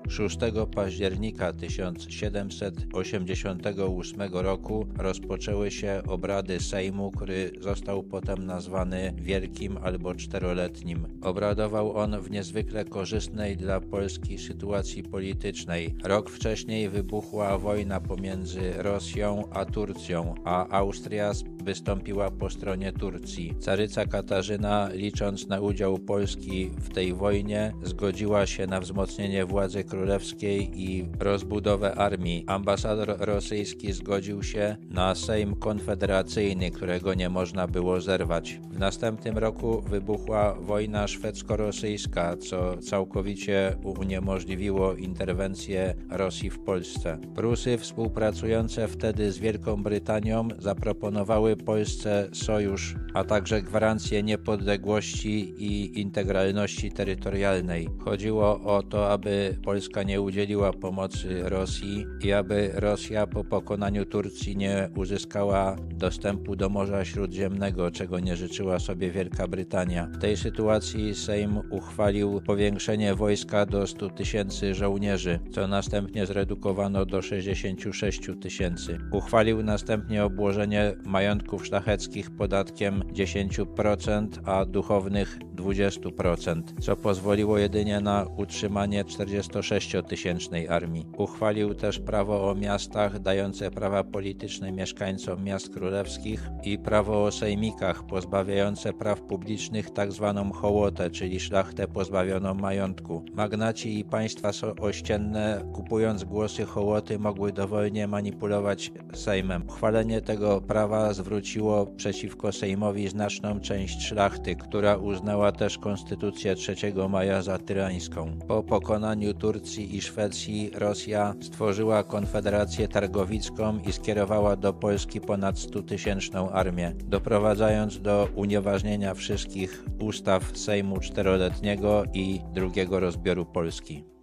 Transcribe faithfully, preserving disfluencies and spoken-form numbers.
szóstego października tysiąc siedemset osiemdziesiątego ósmego roku rozpoczęły się obrady Sejmu, który został potem nazwany Wielkim albo Czteroletnim. Obradował on w niezwykle korzystnej dla Polski sytuacji politycznej. Rok wcześniej wybuchła wojna pomiędzy Rosją a Turcją, a Austria wystąpiła po stronie Turcji. Caryca Katarzyna, licząc na udział Polski w tej wojnie, zgodziła się na wzmocnienie władzy królewskiej i rozbudowę armii. Ambasador rosyjski zgodził się na Sejm Konfederacyjny, którego nie można było zerwać. W następnym roku wybuchła wojna szwedzko-rosyjska, co całkowicie uniemożliwiło interwencję Rosji w Polsce. Prusy, współpracujące wtedy z Wielką Brytanią, zaproponowały Polsce sojusz, a także gwarancję niepodległości i integralności terytorialnej. Chodziło o to, aby Polska nie udzieliła pomocy Rosji i aby Rosja po pokonaniu Turcji nie uzyskała dostępu do Morza Śródziemnego, czego nie życzyła sobie Wielka Brytania. W tej sytuacji Sejm uchwalił powiększenie wojska do stu tysięcy żołnierzy, co następnie zredukowano do sześćdziesięciu sześciu tysięcy. Uchwalił następnie obłożenie majątków szlacheckich podatkiem dziesięć procent, a duchownych dwadzieścia procent, co pozwoliło jedynie na utrzymanie czterdziestosześciotysięcznej armii. Uchwalił też prawo o miastach, dające prawa polityczne mieszkańcom miast królewskich i prawo o sejmikach, pozbawiające praw publicznych tzw. hołotę, czyli szlachtę pozbawioną majątku. Magnaci i państwa ościenne, kupując głosy hołoty, mogły dowolnie manipulować Sejmem. Uchwalenie tego prawa zwróciło przeciwko Sejmowi znaczną część szlachty, która uznała też konstytucję trzeciego maja za tyrańską. Po pokonaniu Turcji i Szwecji Rosja stworzyła Konfederację Targowicką i skierowała do Polski ponad stutysięczną armię, doprowadzając do unieważnienia wszystkich ustaw Sejmu Czteroletniego i drugiego rozbioru Polski.